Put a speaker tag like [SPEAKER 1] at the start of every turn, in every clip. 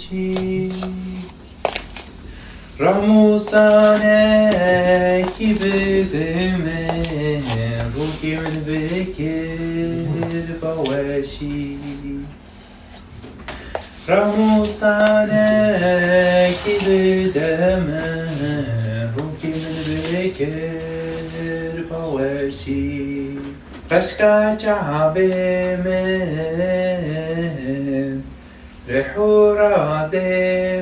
[SPEAKER 1] وشی رموزانه کی بدمه روکی من بکر باشی رموزانه کی بدمه روکی من بکر باشی رشکا چعبه من رحو رازه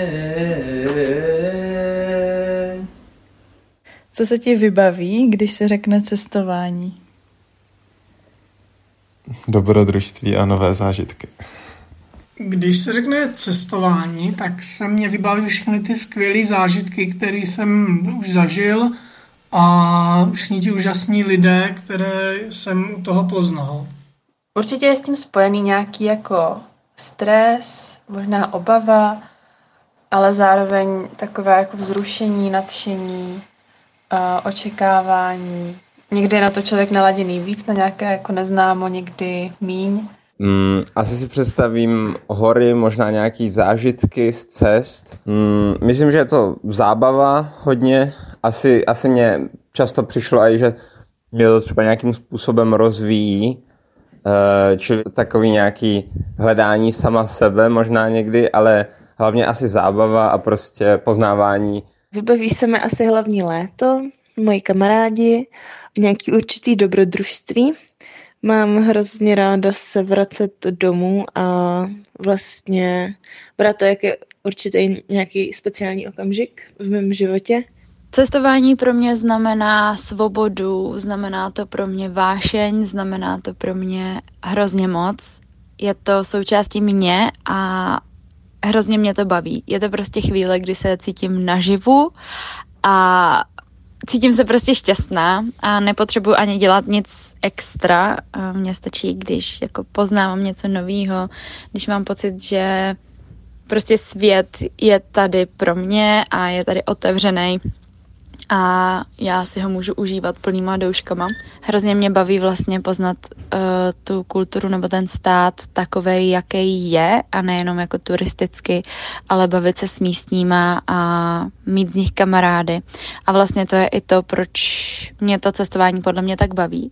[SPEAKER 1] من.
[SPEAKER 2] Co se ti vybaví, když se řekne cestování?
[SPEAKER 3] Dobrodružství a nové zážitky.
[SPEAKER 4] Když se řekne cestování, tak se mě vybaví všechny ty skvělé zážitky, které jsem už zažil a všichni ti úžasní lidé, které jsem u toho poznal.
[SPEAKER 5] Určitě je s tím spojený nějaký jako stres, možná obava, ale zároveň takové jako vzrušení, nadšení, očekávání. Někdy je na to člověk naladěný víc, na nějaké jako neznámo, někdy míň.
[SPEAKER 6] Asi si představím hory, možná nějaký zážitky z cest. Myslím, že je to zábava hodně. Asi mě často přišlo i, že mě to třeba nějakým způsobem rozvíjí. Čili takový nějaký hledání sama sebe možná někdy, ale hlavně asi zábava a prostě poznávání.
[SPEAKER 7] Vybaví se mi asi hlavní léto, moji kamarádi, nějaký určitý dobrodružství. Mám hrozně ráda se vracet domů a vlastně brát to jako určitý nějaký speciální okamžik v mém životě.
[SPEAKER 8] Cestování pro mě znamená svobodu, znamená to pro mě vášeň, znamená to pro mě hrozně moc. Je to součástí mě a hrozně mě to baví. Je to prostě chvíle, kdy se cítím naživu a cítím se prostě šťastná a nepotřebuji ani dělat nic extra. Mně stačí, když jako poznávám něco nového, když mám pocit, že prostě svět je tady pro mě a je tady otevřený a já si ho můžu užívat plnýma douškama. Hrozně mě baví vlastně poznat tu kulturu nebo ten stát takovej, jaký je a nejenom jako turisticky, ale bavit se s místníma a mít z nich kamarády. A vlastně to je i to, proč mě to cestování podle mě tak baví.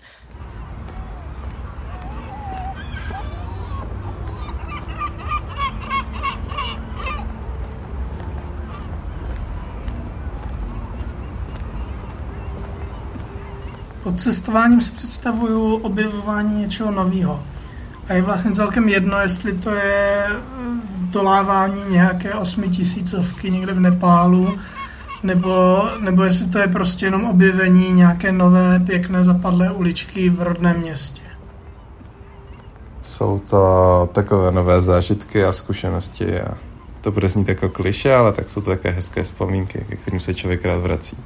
[SPEAKER 4] Pod cestováním si představuju objevování něčeho nového. A je vlastně celkem jedno, jestli to je zdolávání nějaké 8000 někde v Nepálu, nebo jestli to je prostě jenom objevení nějaké nové, pěkné zapadlé uličky v rodném městě.
[SPEAKER 3] Jsou to takové nové zážitky a zkušenosti a to bude znít jako klišé, ale tak jsou to také hezké vzpomínky, ke kterým se člověk rád vrací.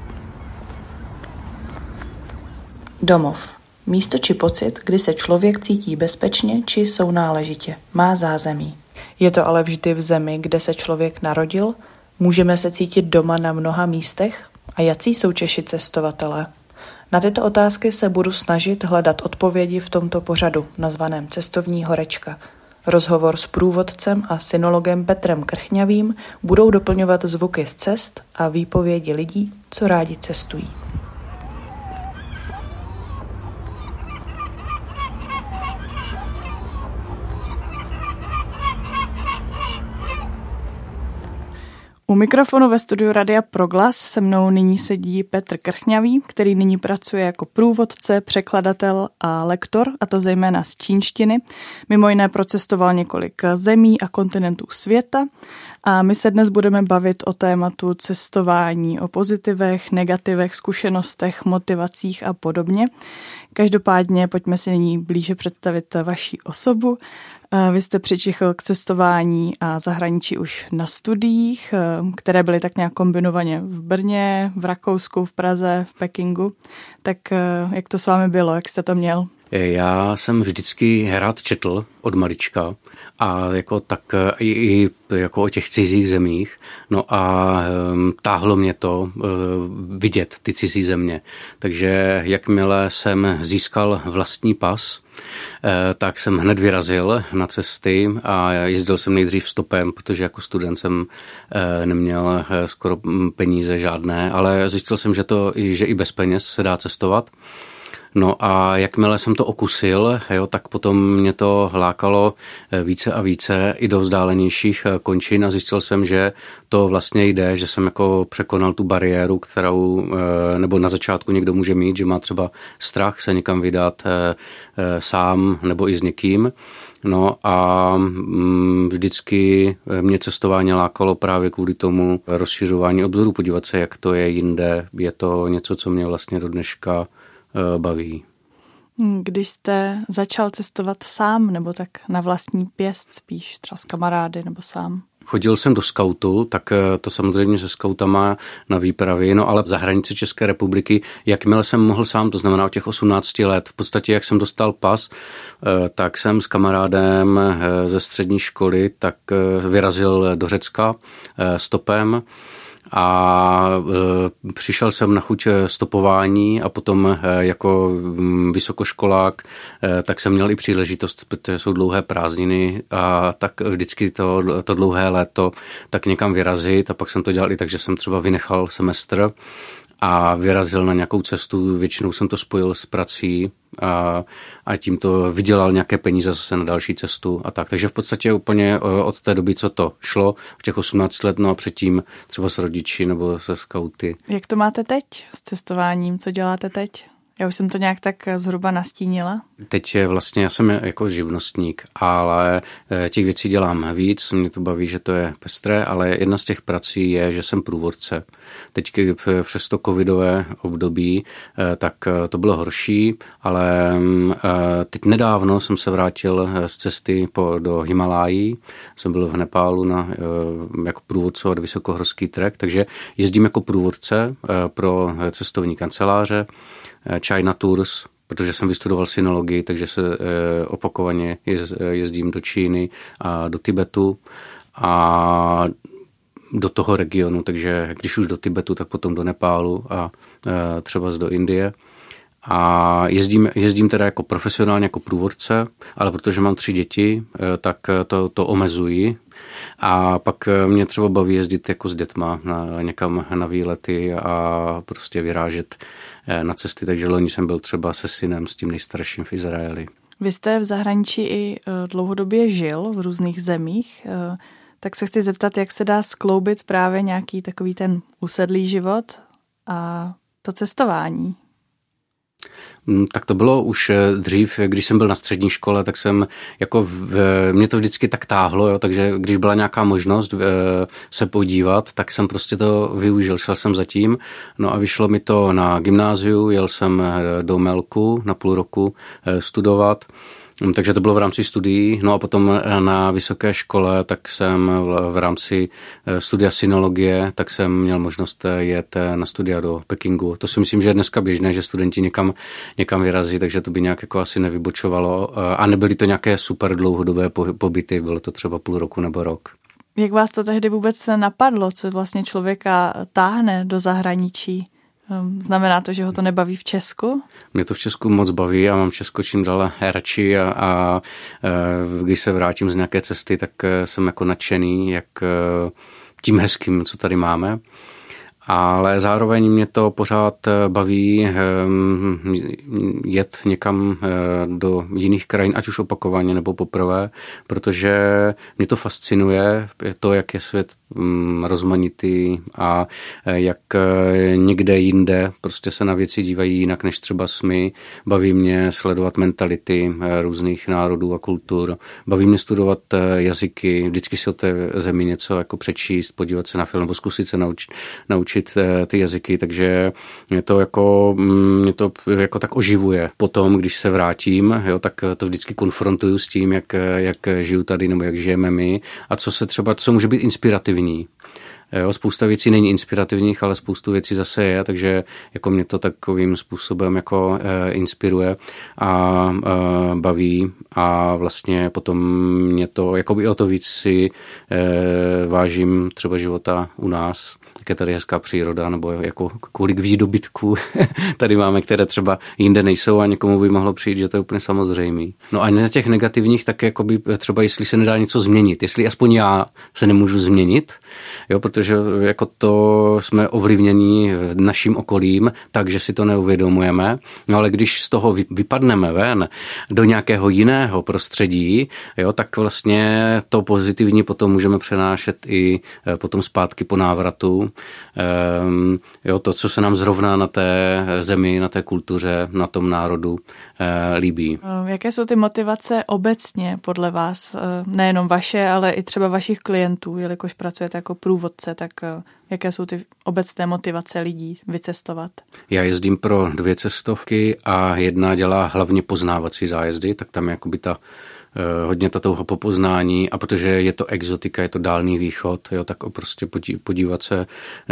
[SPEAKER 2] Domov. Místo či pocit, kdy se člověk cítí bezpečně či sounáležitě. Má zázemí. Je to ale vždy v zemi, kde se člověk narodil? Můžeme se cítit doma na mnoha místech? A jací jsou Češi cestovatelé? Na tyto otázky se budu snažit hledat odpovědi v tomto pořadu, nazvaném Cestovní horečka. Rozhovor s průvodcem a synologem Petrem Krchňavým budou doplňovat zvuky z cest a výpovědi lidí, co rádi cestují. U mikrofonu ve studiu Radia Proglas se mnou nyní sedí Petr Krchňavý, který nyní pracuje jako průvodce, překladatel a lektor, a to zejména z čínštiny. Mimo jiné procestoval několik zemí a kontinentů světa a my se dnes budeme bavit o tématu cestování, o pozitivech, negativech, zkušenostech, motivacích a podobně. Každopádně pojďme si nyní blíže představit vaši osobu. Vy jste přičichl k cestování a zahraničí už na studiích, které byly tak nějak kombinovaně v Brně, v Rakousku, v Praze, v Pekingu. Tak jak to s vámi bylo, jak jste to měl?
[SPEAKER 9] Já jsem vždycky rád četl od malička a jako tak i jako o těch cizích zemích. No a táhlo mě to vidět ty cizí země. Takže jakmile jsem získal vlastní pas, tak jsem hned vyrazil na cesty a jezdil jsem nejdřív stopem, protože jako student jsem neměl skoro peníze žádné, ale zjistil jsem, že i bez peněz se dá cestovat. No a jakmile jsem to okusil, tak potom mě to lákalo více a více i do vzdálenějších končin a zjistil jsem, že to vlastně jde, že jsem jako překonal tu bariéru, kterou, nebo na začátku někdo může mít, že má třeba strach se někam vydat sám nebo i s někým. No a vždycky mě cestování lákalo právě kvůli tomu rozšiřování obzoru, podívat se, jak to je jinde. Je to něco, co mě vlastně do dneška baví.
[SPEAKER 2] Když jste začal cestovat sám, nebo tak na vlastní pěst spíš, třeba s kamarády nebo sám?
[SPEAKER 9] Chodil jsem do skautu, tak to samozřejmě se skautama na výpravy, no ale za hranice České republiky, jakmile jsem mohl sám, to znamená od těch 18 let, v podstatě jak jsem dostal pas, tak jsem s kamarádem ze střední školy tak vyrazil do Řecka stopem. A přišel jsem na chuť stopování a potom jako vysokoškolák tak jsem měl i příležitost, protože jsou dlouhé prázdniny a tak vždycky to dlouhé léto tak někam vyrazit a pak jsem to dělal i tak, že jsem třeba vynechal semestr a vyrazil na nějakou cestu, většinou jsem to spojil s prací a tím to vydělal nějaké peníze zase na další cestu a tak. Takže v podstatě úplně od té doby, co to šlo, v těch 18 let, no a předtím třeba s rodiči nebo se skauty.
[SPEAKER 2] Jak to máte teď s cestováním? Co děláte teď? Já už jsem to nějak tak zhruba nastínila.
[SPEAKER 9] Teď vlastně já jsem jako živnostník, ale těch věcí dělám víc, mě to baví, že to je pestré, ale jedna z těch prací je, že jsem průvodce. Teď přes to covidové období, tak to bylo horší, ale teď nedávno jsem se vrátil z cesty do Himalájí, jsem byl v Nepálu jako průvodce od vysokohorský trek, takže jezdím jako průvodce pro cestovní kanceláře, China Tours, protože jsem vystudoval sinologii, takže se opakovaně jezdím do Číny a do Tibetu a do toho regionu, takže když už do Tibetu, tak potom do Nepálu a třeba do Indie. A jezdím teda jako profesionálně, jako průvodce, ale protože mám 3 děti, tak to omezuji. A pak mě třeba baví jezdit jako s dětma někam na výlety a prostě vyrážet na cesty, takže loni jsem byl třeba se synem, s tím nejstarším v Izraeli.
[SPEAKER 2] Vy jste v zahraničí i dlouhodobě žil v různých zemích, tak se chci zeptat, jak se dá skloubit právě nějaký takový ten usedlý život a to cestování.
[SPEAKER 9] Tak to bylo už dřív, když jsem byl na střední škole, tak jsem mě to vždycky tak táhlo, jo, takže když byla nějaká možnost se podívat, tak jsem prostě to využil, šel jsem za tím, no a vyšlo mi to na gymnáziu, jel jsem do Melku na půl roku studovat. Takže to bylo v rámci studií, no a potom na vysoké škole, tak jsem v rámci studia sinologie, tak jsem měl možnost jet na studia do Pekingu. To si myslím, že je dneska běžné, že studenti někam vyrazí, takže to by nějak jako asi nevybočovalo a nebyly to nějaké super dlouhodobé pobyty, bylo to třeba půl roku nebo rok.
[SPEAKER 2] Jak vás to tehdy vůbec napadlo, co vlastně člověka táhne do zahraničí? Znamená to, že ho to nebaví v Česku?
[SPEAKER 9] Mě to v Česku moc baví a mám Česko čím dál radši a když se vrátím z nějaké cesty, tak jsem jako nadšený, jak tím hezkým, co tady máme. Ale zároveň mě to pořád baví jet někam do jiných krajin, ať už opakovaně nebo poprvé, protože mě to fascinuje, to, jak je svět rozmanitý a jak někde jinde prostě se na věci dívají jinak než třeba my. Baví mě sledovat mentality různých národů a kultur. Baví mě studovat jazyky, vždycky si o té zemi něco jako přečíst, podívat se na film nebo zkusit se naučit ty jazyky, takže mě to jako tak oživuje. Potom, když se vrátím, jo, tak to vždycky konfrontuju s tím, jak žiju tady nebo jak žijeme my a co může být inspirativní. Jo, spousta věcí není inspirativních, ale spoustu věcí zase je, takže jako mě to takovým způsobem jako inspiruje a baví a vlastně potom mě to, jakoby o to víc si vážím třeba života u nás, jak je tady hezká příroda, nebo jako kolik výdobytků tady máme, které třeba jinde nejsou a někomu by mohlo přijít, že to je úplně samozřejmý. No a na těch negativních tak jakoby třeba jestli se nedá něco změnit, jestli aspoň já se nemůžu změnit, jo, protože jako to jsme ovlivnění naším okolím, takže si to neuvědomujeme, no ale když z toho vypadneme ven do nějakého jiného prostředí, jo, tak vlastně to pozitivní potom můžeme přenášet i potom zpátky po návratu. Jo, to, co se nám zrovna na té zemi, na té kultuře, na tom národu líbí.
[SPEAKER 2] Jaké jsou ty motivace obecně podle vás? Nejenom vaše, ale i třeba vašich klientů, jelikož pracujete jako průvodce, tak jaké jsou ty obecné motivace lidí vycestovat? Já jezdím pro 2 cestovky a jedna dělá hlavně poznávací zájezdy, tak tam je jakoby hodně ta touha po poznání a protože je to exotika, je to Dálný východ, jo, tak prostě podívat se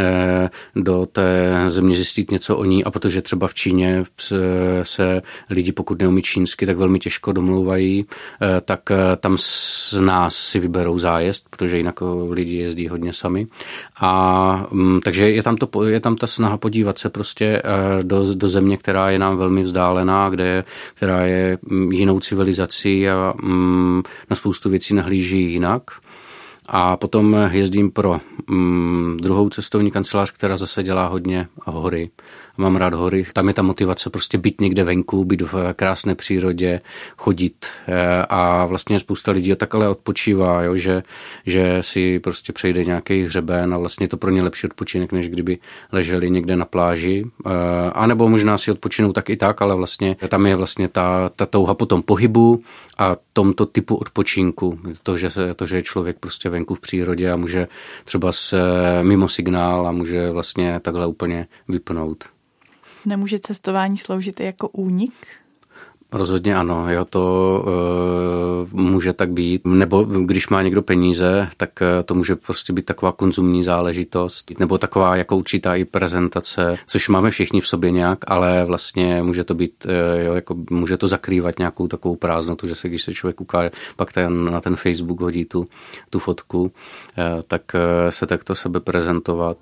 [SPEAKER 2] do té země, zjistit něco o ní a protože třeba v Číně se lidi, pokud neumí čínsky, tak velmi těžko domlouvají, tak tam z nás si vyberou zájezd, protože jinak lidi jezdí hodně sami. A takže je tam ta snaha podívat se prostě do země, která je nám velmi vzdálená, která je jinou civilizací a na spoustu věcí nahlíží jinak. A potom jezdím pro druhou cestovní kancelář, která zase dělá hodně hory. Mám rád hory. Tam je ta motivace prostě být někde venku, být v krásné přírodě, chodit. A vlastně spousta lidí takhle odpočívá, jo, že si prostě přejde nějaký hřeben a vlastně je to pro ně lepší odpočinek, než kdyby leželi někde na pláži. A nebo možná si odpočinou tak i tak, ale vlastně tam je vlastně ta touha po tom pohybu a tomto typu odpočinku. To, že je člověk prostě venku v přírodě a může třeba mimo signál a může vlastně takhle úplně vypnout. Nemůže cestování sloužit i jako únik?
[SPEAKER 9] Rozhodně ano, jo, to může tak být. Nebo když má někdo peníze, tak to může prostě být taková konzumní záležitost. Nebo taková jako určitá i prezentace, což máme všichni v sobě nějak, ale vlastně může to být, jo, jako může to zakrývat nějakou takovou prázdnotu, že když se člověk ukáže, pak na ten Facebook hodí tu fotku, tak se takto sebe prezentovat.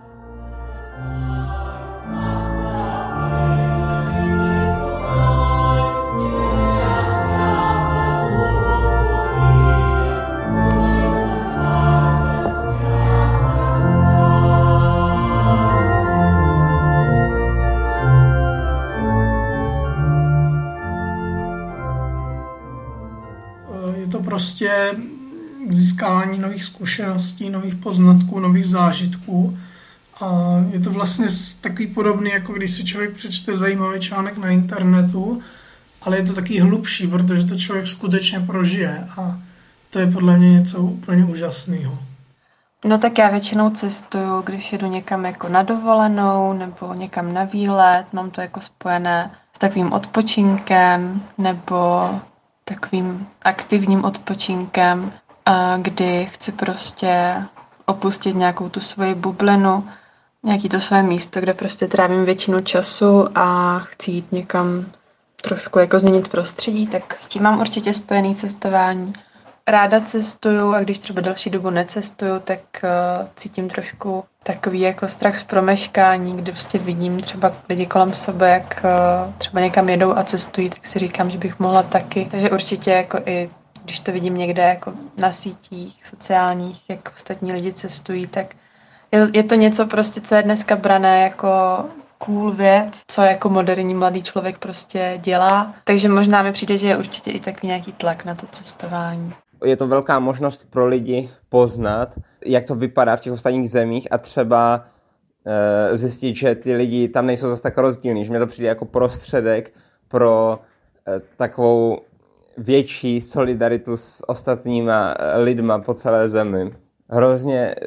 [SPEAKER 4] Prostě k získávání nových zkušeností, nových poznatků, nových zážitků. A je to vlastně takový podobný, jako když si člověk přečte zajímavý článek na internetu, ale je to taky hlubší, protože to člověk skutečně prožije a to je podle mě něco úplně úžasného.
[SPEAKER 5] No tak já většinou cestuju, když jedu někam jako na dovolenou nebo někam na výlet, mám to jako spojené s takovým odpočinkem nebo takovým aktivním odpočinkem, kdy chci prostě opustit nějakou tu svoji bublinu, nějaký to své místo, kde prostě trávím většinu času a chci jít někam trošku jako změnit prostředí, tak s tím mám určitě spojený cestování. Ráda cestuju a když třeba další dobu necestuju, tak cítím trošku takový jako strach z promeškání, kdy prostě vidím třeba lidi kolem sebe, jak třeba někam jedou a cestují, tak si říkám, že bych mohla taky. Takže určitě jako i když to vidím někde jako na sítích sociálních, jak ostatní lidi cestují, tak je to něco prostě, co je dneska brané jako cool věc, co jako moderní mladý člověk prostě dělá. Takže možná mi přijde, že je určitě i takový nějaký tlak na to cestování.
[SPEAKER 6] Je to velká možnost pro lidi poznat, jak to vypadá v těch ostatních zemích a třeba zjistit, že ty lidi tam nejsou zase tak rozdílní, že mě to přijde jako prostředek pro takovou větší solidaritu s ostatníma lidma po celé zemi. Hrozně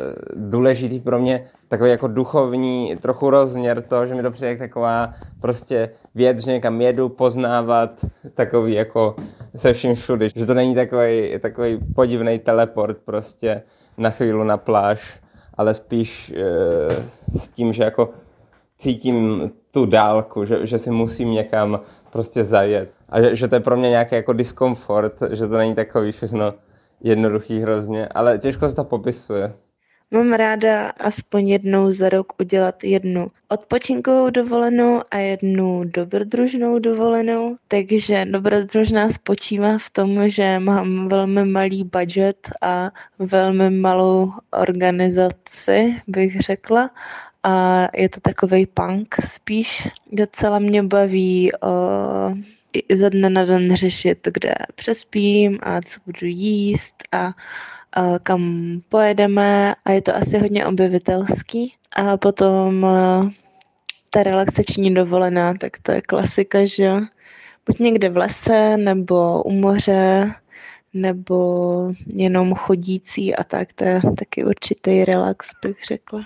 [SPEAKER 6] důležitý pro mě takový jako duchovní trochu rozměr to, že mi to přijde jak taková prostě věc, že někam jedu poznávat takový jako se vším všudy. Že to není takový podivný teleport prostě na chvíli na pláž, ale spíš s tím, že jako cítím tu dálku, že si musím někam prostě zajet. A že to je pro mě nějaký jako diskomfort, že to není takový všechno jednoduchý hrozně, ale těžko se to popisuje.
[SPEAKER 7] Mám ráda aspoň jednou za rok udělat jednu odpočinkovou dovolenou a jednu dobrodružnou dovolenou. Takže dobrodružná spočívá v tom, že mám velmi malý budget a velmi malou organizaci, bych řekla. A je to takovej punk spíš. Docela mě baví ze dne na den řešit, kde přespím a co budu jíst a kam pojedeme a je to asi hodně objevitelský. A potom ta relaxační dovolená, tak to je klasika, že buď někde v lese, nebo u moře, nebo jenom chodící a tak, to je taky určitý relax, bych řekla.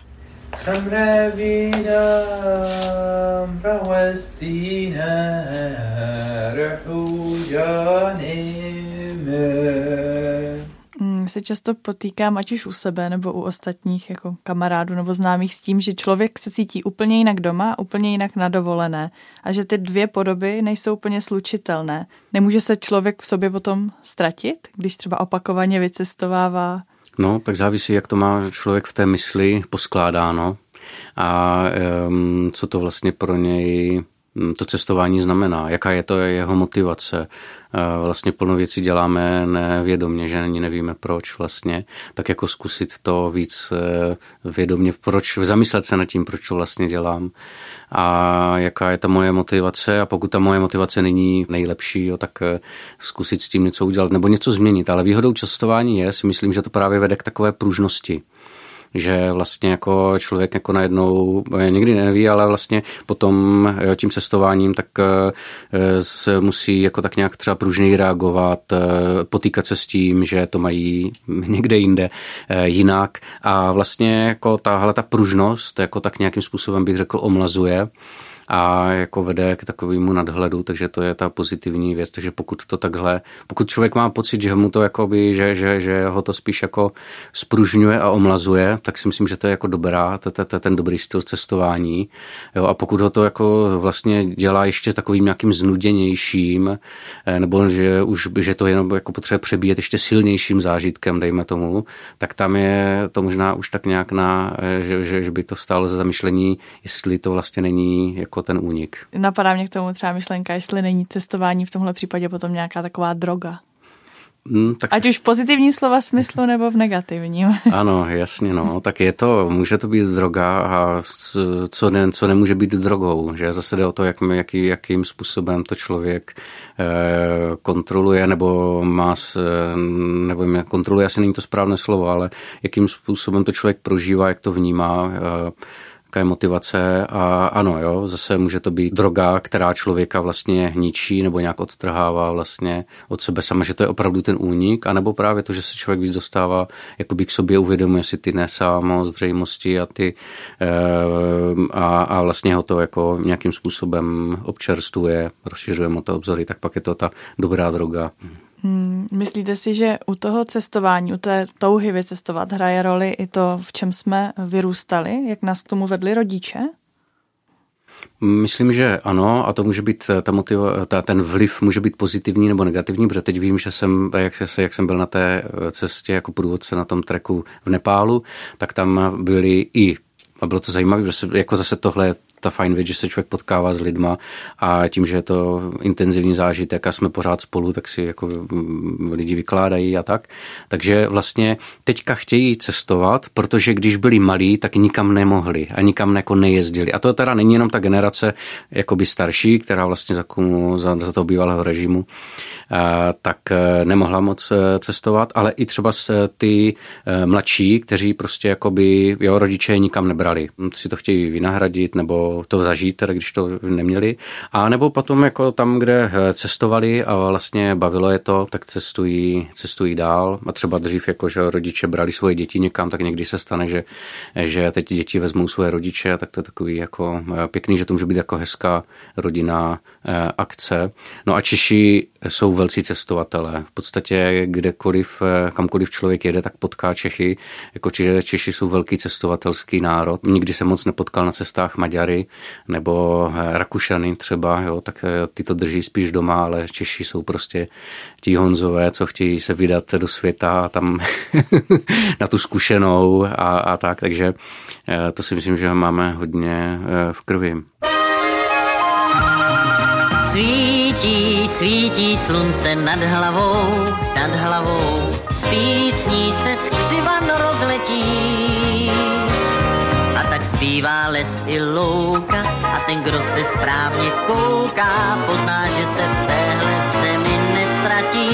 [SPEAKER 2] Se často potýkám, ať už u sebe nebo u ostatních jako kamarádů nebo známých s tím, že člověk se cítí úplně jinak doma, úplně jinak na dovolené a že ty dvě podoby nejsou úplně slučitelné. Nemůže se člověk v sobě potom ztratit, když třeba opakovaně vycestovává?
[SPEAKER 9] No, tak závisí, jak to má člověk v té mysli poskládáno a co to vlastně pro něj to cestování znamená, jaká je to jeho motivace. Vlastně plno věcí děláme nevědomě, že ani nevíme proč vlastně, tak jako zkusit to víc vědomě, zamyslet se nad tím, proč to vlastně dělám a jaká je ta moje motivace a pokud ta moje motivace není nejlepší, tak zkusit s tím něco udělat nebo něco změnit, ale výhodou cestování je, si myslím, že to právě vede k takové pružnosti. Že vlastně jako člověk jako najednou někdy neví, ale vlastně potom tím cestováním tak se musí jako tak nějak třeba pružněji reagovat, potýkat se s tím, že to mají někde jinde jinak a vlastně jako tahle ta pružnost jako tak nějakým způsobem bych řekl omlazuje a jako vede k takovému nadhledu, takže to je ta pozitivní věc, takže pokud člověk má pocit, že mu to jakoby, že ho to spíš jako spružňuje a omlazuje, tak si myslím, že to je jako dobrá, to je ten dobrý styl cestování, jo, a pokud ho to jako vlastně dělá ještě takovým nějakým znuděnějším, nebo že to jenom jako potřebuje přebíjet ještě silnějším zážitkem, dejme tomu, tak tam je to možná už tak nějak že by to stálo za zamyšlení, jestli to vlastně není jako ten únik.
[SPEAKER 2] Napadá mě k tomu třeba myšlenka, jestli není cestování v tomhle případě potom nějaká taková droga. Ať už v pozitivním slova smyslu nebo v negativním.
[SPEAKER 9] Ano, jasně, no. Tak může to být droga a co nemůže být drogou, že zase jde o to, jakým způsobem to člověk kontroluje nebo kontroluje asi není to správné slovo, ale jakým způsobem to člověk prožívá, jak to vnímá, jaká je motivace a ano, jo, zase může to být droga, která člověka vlastně ničí nebo nějak odtrhává vlastně od sebe sama, že to je opravdu ten únik, anebo právě to, že se člověk víc dostává jakoby k sobě, uvědomuje si ty nesamozřejmosti a a vlastně ho to jako nějakým způsobem občerstvuje, rozšiřuje mu to obzory, tak pak je to ta dobrá droga.
[SPEAKER 2] Myslíte si, že u toho cestování, u té touhy vycestovat hraje roli i to, v čem jsme vyrůstali, jak nás k tomu vedli rodiče?
[SPEAKER 9] Myslím, že ano a to může být ten vliv může být pozitivní nebo negativní, protože teď vím, že jak jsem byl na té cestě jako průvodce na tom treku v Nepálu, tak tam byli a bylo to zajímavé, že jako zase tohle ta fajn věc, že se člověk potkává s lidma a tím, že je to intenzivní zážitek a jsme pořád spolu, tak si jako lidi vykládají a tak. Takže vlastně teďka chtějí cestovat, protože když byli malí, tak nikam nemohli a nikam jako nejezdili. A to teda není jenom ta generace jakoby starší, která vlastně za toho bývalého režimu tak nemohla moc cestovat, ale i třeba ty mladší, kteří prostě jakoby rodiče nikam nebrali. Si to chtějí vynahradit nebo to zažít, teda když to neměli. A nebo potom jako tam, kde cestovali a vlastně bavilo je to, tak cestují dál. A třeba dřív jako, že rodiče brali svoje děti někam, tak někdy se stane, že teď děti vezmou svoje rodiče, tak to je takový jako pěkný, že to může být jako hezká rodinná akce. No a Češi jsou velcí cestovatelé. V podstatě kdekoliv, kamkoliv člověk jede, tak potká Čechy. Jako Češi jsou velký cestovatelský národ. Nikdy jsem moc nepotkal na cestách Maďary nebo Rakušany třeba, jo, tak ty to drží spíš doma, ale Češi jsou prostě ti Honzové, co chtějí se vydat do světa tam na tu zkušenou a tak. Takže to si myslím, že máme hodně v krvi.
[SPEAKER 10] Svítí, svítí slunce nad hlavou, s písní se skřivan rozletí. A tak zpívá les i louka a ten, kdo se správně kouká, pozná, že se v téhle zemi nestratí.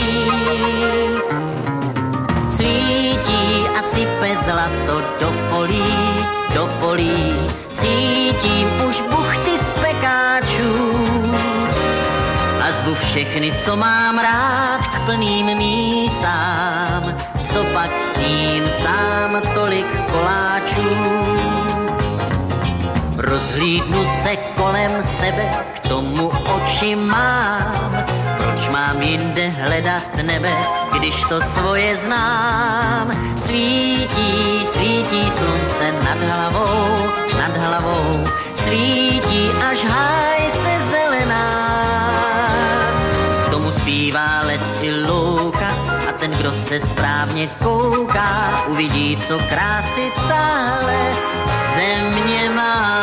[SPEAKER 10] Svítí a sype zlato do polí, cítím už buchty z pekáčů. A zvu všechny, co mám rád, k plným mísám, co pak s tím sám tolik koláčů. Rozhlídnu se kolem sebe, k tomu oči mám. Proč mám jinde hledat nebe, když to svoje znám? Svítí, svítí slunce nad hlavou, svítí až háj se zelená. K tomu zpívá les i louka a ten, kdo se správně kouká, uvidí, co krásy tahle země má.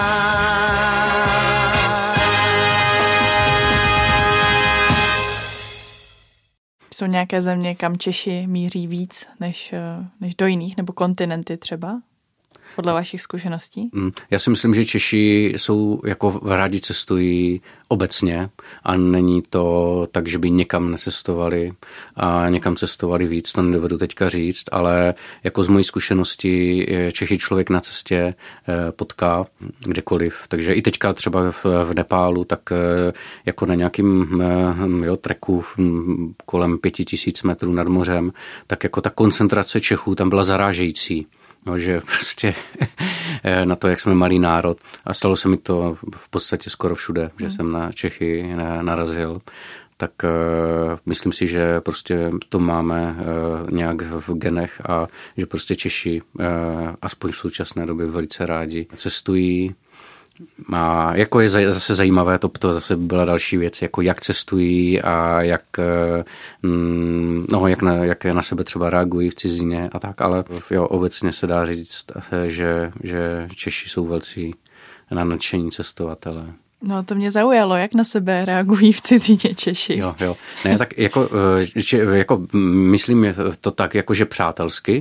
[SPEAKER 2] Jsou nějaké země, kam Češi míří víc než do jiných, nebo kontinenty třeba? Podle vašich zkušeností?
[SPEAKER 9] Já si myslím, že Češi jsou jako rádi cestují obecně a není to tak, že by někam necestovali a někam cestovali víc, to nedovedu teďka říct, ale jako z mojí zkušenosti Čechy člověk na cestě potká kdekoliv. Takže i teďka třeba v Nepálu, tak jako na nějakým treku kolem 5000 metrů nad mořem, tak jako ta koncentrace Čechů tam byla zarážející. No, že prostě na to, jak jsme malý národ. A stalo se mi to v podstatě skoro všude, že jsem na Čechy narazil. Tak myslím si, že prostě to máme nějak v genech a že prostě Češi, aspoň v současné době, velice rádi cestují. A jako je zase zajímavé, to zase byla další věc, jako jak cestují a jak na sebe třeba reagují v cizině a tak, ale jo, obecně se dá říct, že Češi jsou velcí na nadšení cestovatelé.
[SPEAKER 2] No to mě zaujalo, jak na sebe reagují v cizině Češi.
[SPEAKER 9] Jo. Ne, tak jako myslím to tak, jako že přátelsky,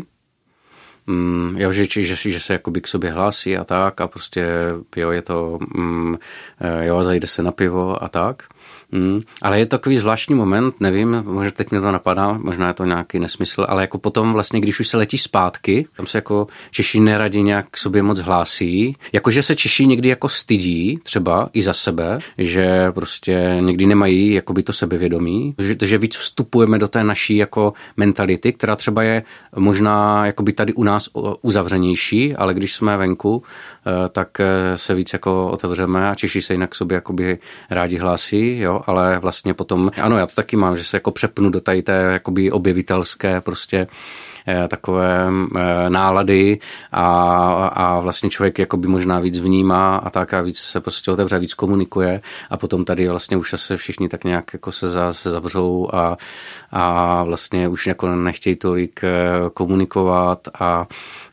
[SPEAKER 9] jo, že se jakoby k sobě hlásí a tak a prostě jo, je to zajde se na pivo a tak. Ale je to takový zvláštní moment, nevím, možná teď mě to napadá, možná je to nějaký nesmysl, ale jako potom vlastně, když už se letí zpátky, tam se jako Češi neradi nějak k sobě moc hlásí, jakože se Češi někdy jako stydí, třeba i za sebe, že prostě někdy nemají jakoby to sebevědomí, že víc vstupujeme do té naší jako mentality, která třeba je možná jakoby tady u nás uzavřenější, ale když jsme venku, tak se víc jako otevřeme a Češi se jinak k sobě jakoby rádi hlásí, jo, ale vlastně potom, ano, já to taky mám, že se jako přepnu do tady té jakoby objevitelské prostě takové nálady a vlastně člověk jakoby možná víc vnímá a tak a víc se prostě otevře, víc komunikuje a potom tady vlastně už se všichni tak nějak jako se zavřou a vlastně už jako nechtějí tolik komunikovat a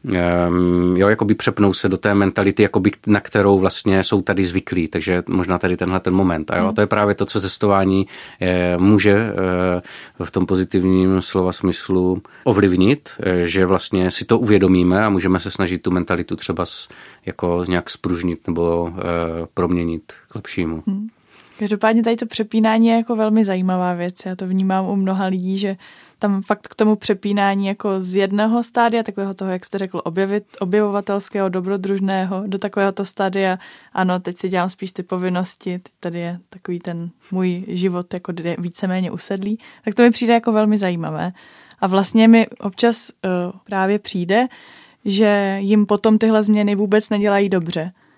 [SPEAKER 9] jakoby přepnou se do té mentality, jakoby, na kterou vlastně jsou tady zvyklí, takže možná tady tenhle ten moment. A to je právě to, co cestování může v tom pozitivním slova smyslu ovlivnit, že vlastně si to uvědomíme a můžeme se snažit tu mentalitu třeba jako nějak spružnit nebo proměnit k lepšímu.
[SPEAKER 2] Každopádně tady to přepínání je jako velmi zajímavá věc. Já to vnímám u mnoha lidí, že tam fakt k tomu přepínání jako z jednoho stádia, takového toho, jak jste řekl, objevovatelského, dobrodružného, do takovéhoto stádia, ano, teď si dělám spíš ty povinnosti, tady je takový ten můj život jako víceméně usedlý, tak to mi přijde jako velmi zajímavé. A vlastně mi občas právě přijde, že jim potom tyhle změny vůbec nedělají dobře.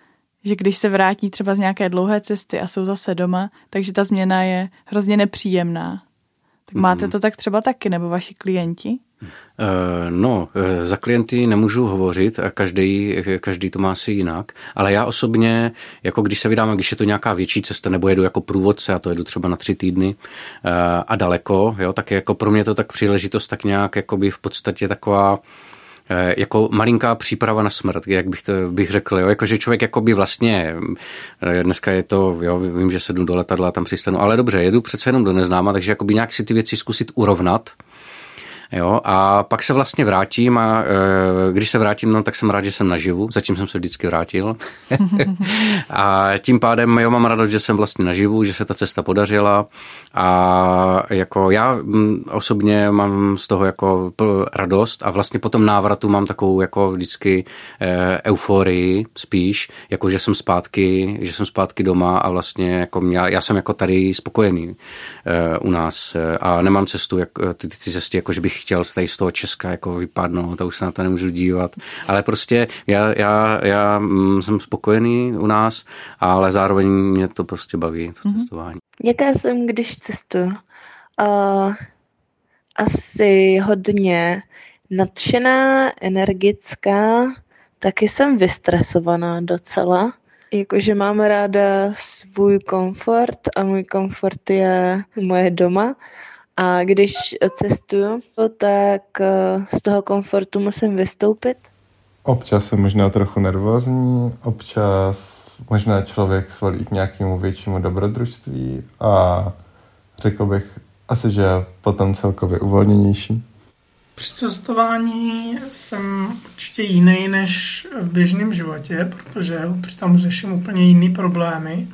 [SPEAKER 2] že když se vrátí třeba z nějaké dlouhé cesty a jsou zase doma, takže ta změna je hrozně nepříjemná. Tak máte to tak třeba taky, nebo vaši klienti?
[SPEAKER 9] No, za klienty nemůžu hovořit a každý to má asi jinak, ale já osobně, jako když se vydám, když je to nějaká větší cesta, nebo jedu jako průvodce a to jedu třeba na 3 týdny a daleko, jo, tak jako pro mě to tak příležitost tak nějak jakoby v podstatě taková jako malinká příprava na smrt, jak bych řekl, jo, jakože člověk jakoby vlastně, dneska je to, jo, vím, že sednu do letadla a tam přistanu, ale dobře, jedu přece jenom do neznáma, takže jakoby nějak si ty věci zkusit urovnat. Jo, a pak se vlastně vrátím a když se vrátím, no, tak jsem rád, že jsem naživu, zatím jsem se vždycky vrátil. A tím pádem jo, mám radost, že jsem vlastně naživu, že se ta cesta podařila a jako já osobně mám z toho jako radost a vlastně po tom návratu mám takovou jako vždycky euforii spíš, jako že jsem zpátky doma a vlastně jako já jsem jako tady spokojený u nás a nemám cestu, ty cesty, jako že bych chtěl tady z toho Česka jako vypadnout, a už se na to nemůžu dívat. Ale prostě já jsem spokojený u nás, ale zároveň mě to prostě baví, to cestování.
[SPEAKER 7] Jaká jsem, když cestuju? Asi hodně nadšená, energická, taky jsem vystresovaná docela. Jakože mám ráda svůj komfort a můj komfort je moje doma. A když cestuju, tak z toho komfortu musím vystoupit.
[SPEAKER 3] Občas jsem možná trochu nervózní, občas možná člověk svolí k nějakému většímu dobrodružství a řekl bych asi, že potom celkově uvolněnější.
[SPEAKER 4] Při cestování jsem určitě jiný než v běžném životě, protože přitom řeším úplně jiný problémy.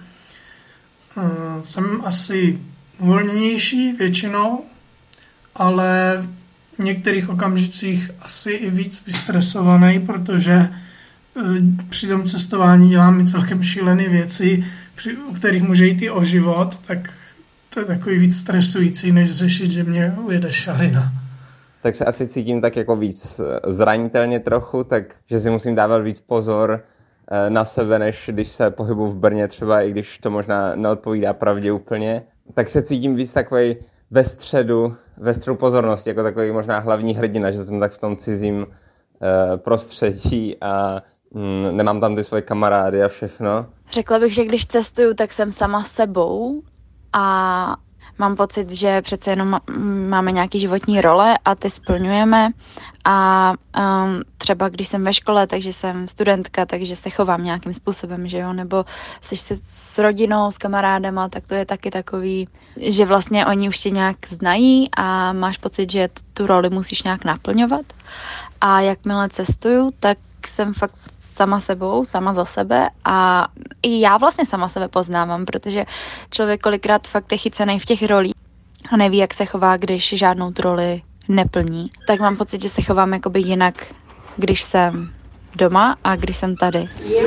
[SPEAKER 4] Jsem asi uvolněnější většinou, ale v některých okamžicích asi i víc vystresovaný, protože při tom cestování dělám i celkem šílené věci, u kterých může jít i o život, tak to je takový víc stresující, než řešit, že mě ujede šalina.
[SPEAKER 6] Tak se asi cítím tak jako víc zranitelně trochu, takže si musím dávat víc pozor na sebe, než když se pohybuju v Brně třeba, i když to možná neodpovídá pravdě úplně. Tak se cítím víc takový ve středu pozornosti, jako takový možná hlavní hrdina, že jsem tak v tom cizím prostředí a nemám tam ty svoje kamarády a všechno.
[SPEAKER 8] Řekla bych, že když cestuju, tak jsem sama sebou a mám pocit, že přece jenom máme nějaký životní role a ty splňujeme a třeba když jsem ve škole, takže jsem studentka, takže se chovám nějakým způsobem, že jo, nebo jsi se s rodinou, s kamarádama, tak to je taky takový, že vlastně oni už tě nějak znají a máš pocit, že tu roli musíš nějak naplňovat a jakmile cestuju, tak jsem fakt sama sebou, sama za sebe a i já vlastně sama sebe poznávám, protože člověk kolikrát fakt je chycený v těch rolích a neví, jak se chová, když žádnou tu roli neplní. Tak mám pocit, že se chovám jakoby jinak, když jsem doma a když jsem tady.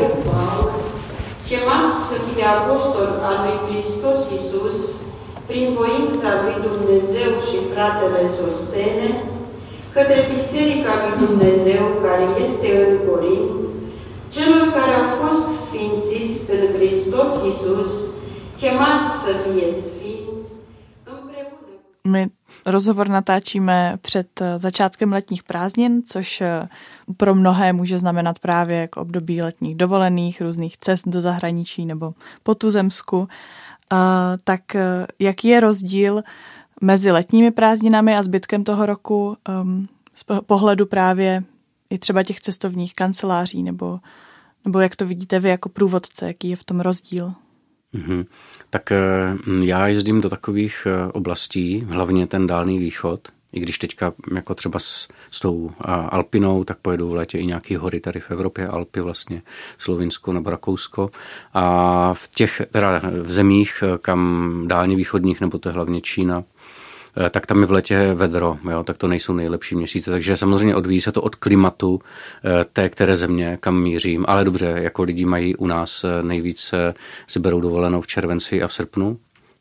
[SPEAKER 11] Chemat să fie apostol al lui Hristos Iisus, prin voința lui Dumnezeu și fratele Sostene, către Biserica lui Dumnezeu care este în Corint, celor care au fost sfințiți în Hristos Iisus, chemați să fie sfinți, împreună.
[SPEAKER 2] My rozhovor natáčíme před začátkem letních prázdnin, což pro mnohé může znamenat právě jako období letních dovolených, různých cest do zahraničí nebo po tuzemsku. Tak jaký je rozdíl mezi letními prázdninami a zbytkem toho roku z pohledu právě i třeba těch cestovních kanceláří, nebo jak to vidíte vy jako průvodce, jaký je v tom rozdíl?
[SPEAKER 9] Tak já jezdím do takových oblastí, hlavně ten Dálný východ, i když teďka jako třeba s tou Alpinou, tak pojedu v létě i nějaký hory tady v Evropě, Alpy vlastně, Slovinsko nebo Rakousko. A v těch teda v zemích, kam dálně východních, nebo to je hlavně Čína, tak tam je v létě vedro, jo, tak to nejsou nejlepší měsíce, takže samozřejmě odvíjí se to od klimatu té které země, kam mířím, ale dobře, jako lidi mají u nás nejvíc si berou dovolenou v červenci a v srpnu,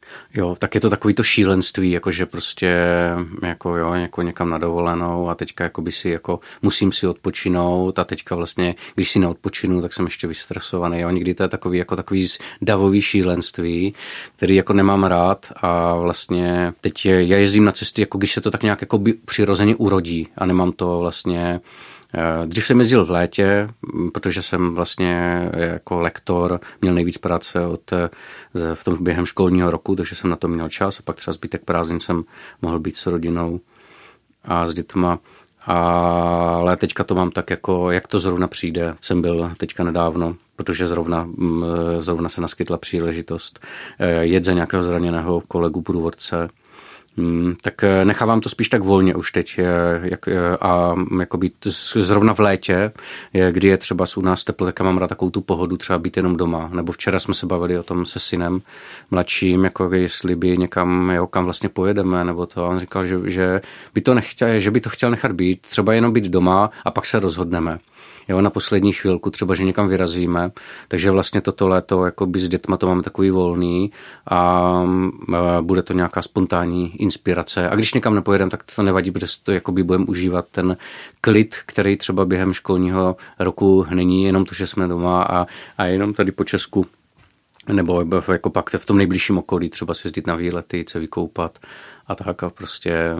[SPEAKER 9] Jo, tak je to takový to šílenství, jakože prostě jako někam na dovolenou a teďka jakoby si jako musím si odpočinout a teďka vlastně, když si neodpočinu, tak jsem ještě vystresovaný. Jo, někdy to je takový davový šílenství, který jako nemám rád a vlastně teď já jezdím na cesty, jako když se to tak nějak jako přirozeně urodí a nemám to vlastně. Dřív jsem jezdil v létě, protože jsem vlastně jako lektor měl nejvíc práce v tom během školního roku, takže jsem na to měl čas a pak třeba zbytek prázdnin jsem mohl být s rodinou a s dětma. Ale teďka to mám tak jako, jak to zrovna přijde. Jsem byl teďka nedávno, protože zrovna se naskytla příležitost jet za nějakého zraněného kolegu průvodce. Tak nechávám to spíš tak volně už teď a jako být zrovna v létě, kdy je třeba u nás teplo, tak mám rád takovou tu pohodu, třeba být jenom doma. Nebo včera jsme se bavili o tom se synem mladším, jako jestli by někam, kam vlastně pojedeme, nebo to. A on říkal, že by to chtěl nechat být, třeba jenom být doma a pak se rozhodneme. Jo, na poslední chvilku, třeba, že někam vyrazíme, takže vlastně toto léto jakoby s dětma to máme takový volný a bude to nějaká spontánní inspirace. A když někam nepojedeme, tak to nevadí, protože to jakoby budeme užívat ten klid, který třeba během školního roku není, jenom to, že jsme doma a jenom tady po Česku, nebo jako pak v tom nejbližším okolí třeba se jezdit na výlety, se vykoupat a tak a prostě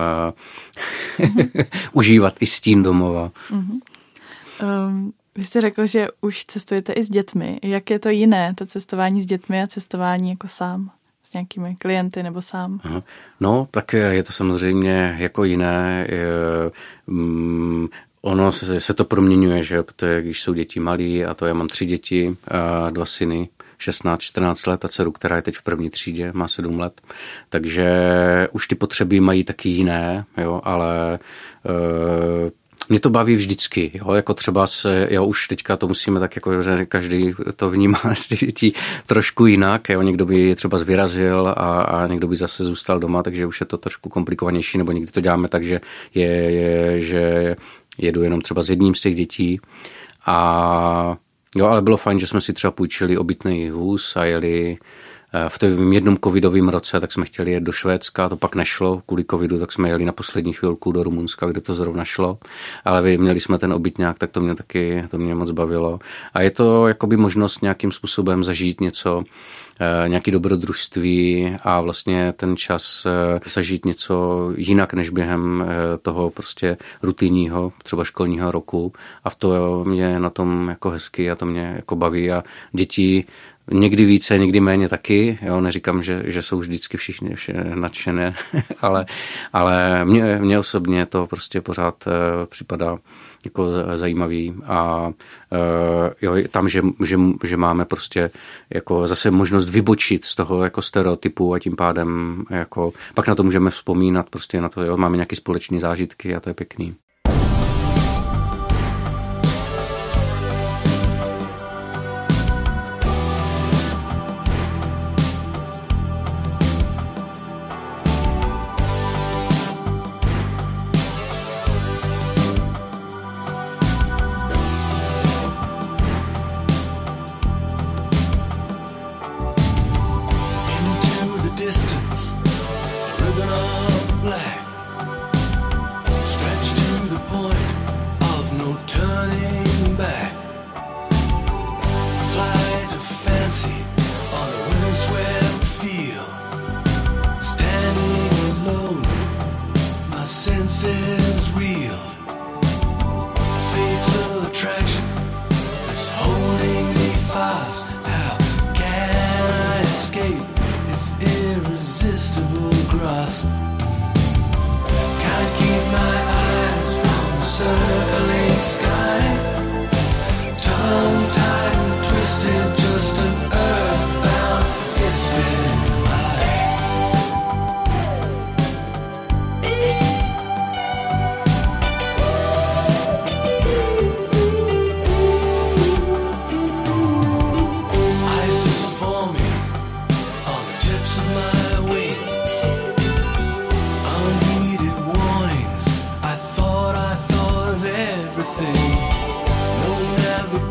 [SPEAKER 9] užívat i stín domova.
[SPEAKER 2] Mm-hmm. Vy jste řekl, že už cestujete i s dětmi. Jak je to jiné, to cestování s dětmi a cestování jako sám? S nějakými klienty nebo sám?
[SPEAKER 9] No, tak je to samozřejmě jako jiné. Ono se to proměňuje, že protože když jsou děti malí a to já mám 3 děti, 2 syny, 16, 14 let a dceru, která je teď v první třídě, má 7 let. Takže už ty potřeby mají taky jiné, jo, ale mě to baví vždycky, jo, jako třeba už teďka to musíme tak jako, že každý to vnímá z těch dětí trošku jinak, jo, někdo by třeba vyrazil a někdo by zase zůstal doma, takže už je to trošku komplikovanější, nebo někdy to děláme tak, že že jedu jenom třeba s jedním z těch dětí a jo, ale bylo fajn, že jsme si třeba půjčili obytný vůz a jeli v tom jednom covidovém roce, tak jsme chtěli jet do Švédska, to pak nešlo kvůli covidu, tak jsme jeli na poslední chvilku do Rumunska, kde to zrovna šlo, ale měli jsme ten obytňák, tak to mě moc bavilo. A je to jakoby možnost nějakým způsobem zažít něco, nějaké dobrodružství a vlastně ten čas zažít něco jinak než během toho prostě rutinního, třeba školního roku a v to mě na tom jako hezky a to mě jako baví a děti někdy více, někdy méně taky, jo, neříkám, že jsou vždycky všichni nadšené, ale mně osobně to prostě pořád připadá jako zajímavý a jo, tam, že máme prostě jako zase možnost vybočit z toho jako stereotypu a tím pádem jako pak na to můžeme vzpomínat prostě na to, jo, máme nějaké společné zážitky a to je pěkný.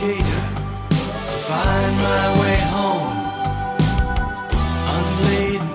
[SPEAKER 12] Find my way home, unladen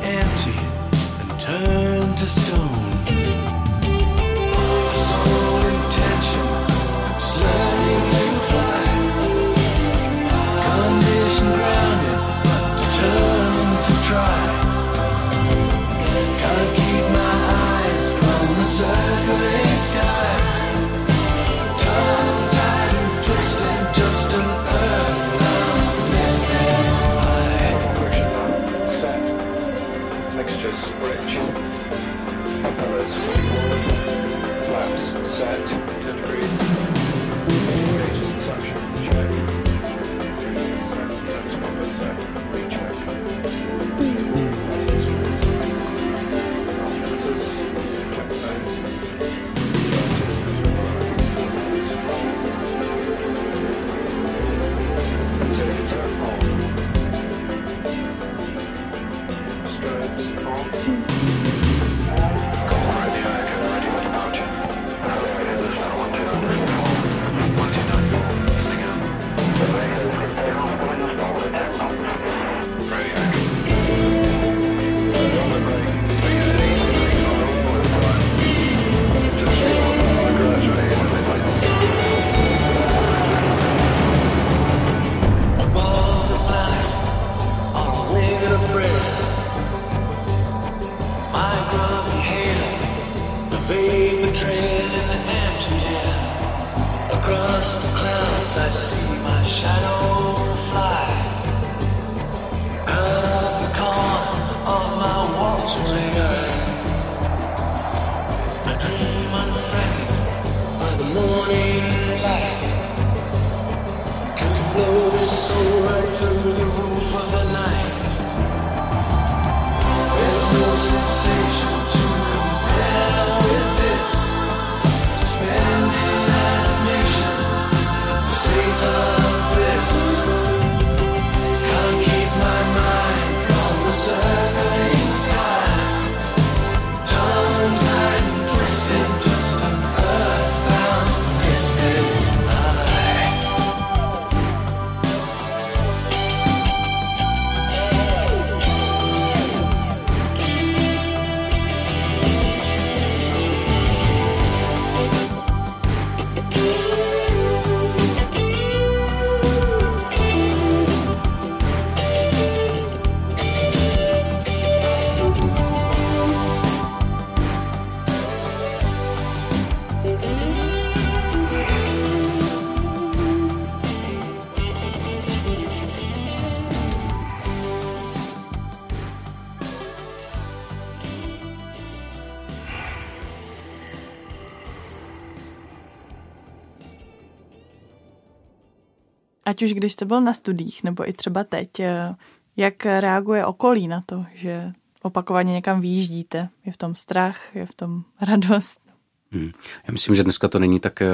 [SPEAKER 2] Ať už když jste byl na studiích, nebo i třeba teď, jak reaguje okolí na to, že opakovaně někam vyjíždíte? Je v tom strach, je v tom radost?
[SPEAKER 9] Já myslím, že dneska to není tak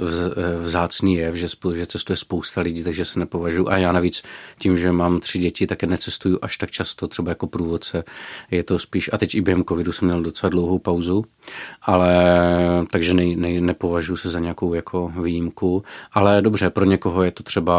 [SPEAKER 9] vzácný jev, že cestuje spousta lidí, takže se nepovažuji. A já navíc tím, že mám 3 děti, tak necestuju až tak často, třeba jako průvodce. Je to spíš, a teď i během covidu jsem měl docela dlouhou pauzu, ale takže nepovažuji se za nějakou jako výjimku. Ale dobře, pro někoho je to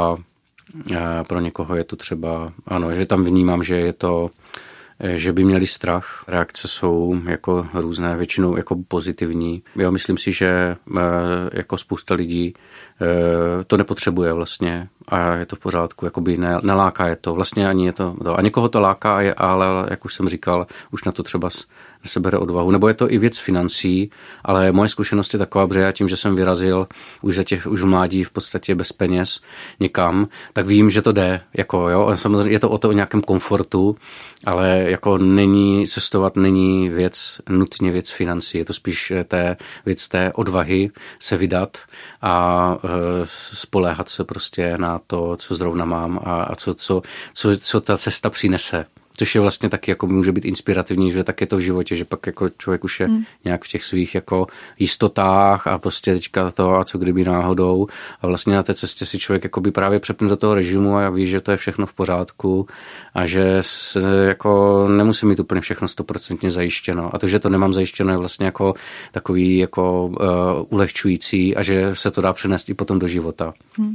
[SPEAKER 9] třeba, ano, že tam vnímám, že je to, že by měli strach. Reakce jsou jako různé, většinou jako pozitivní. Jo, myslím si, že jako spousta lidí to nepotřebuje vlastně a je to v pořádku, jakoby neláká je to. Vlastně ani je to. A někoho to láká, ale jak už jsem říkal, už na to třeba se bere odvahu. Nebo je to i věc financí, ale moje zkušenost je taková, že já tím, že jsem vyrazil už v mládí v podstatě bez peněz někam, tak vím, že to jde. Jako, jo, samozřejmě je to o nějakém komfortu, ale jako cestovat není nutně věc financí. Je to spíš věc té odvahy se vydat a spoléhat se prostě na to, co zrovna mám a co ta cesta přinese. Což je vlastně taky jako může být inspirativní, že tak je to v životě, že pak jako člověk už je nějak v těch svých jako jistotách a prostě teďka to a co kdyby náhodou a vlastně na té cestě si člověk jako by právě přepne do toho režimu a ví, že to je všechno v pořádku a že se jako nemusí mít úplně všechno 100% zajištěno a to, že to nemám zajištěno je vlastně jako takový jako ulehčující a že se to dá přenést i potom do života.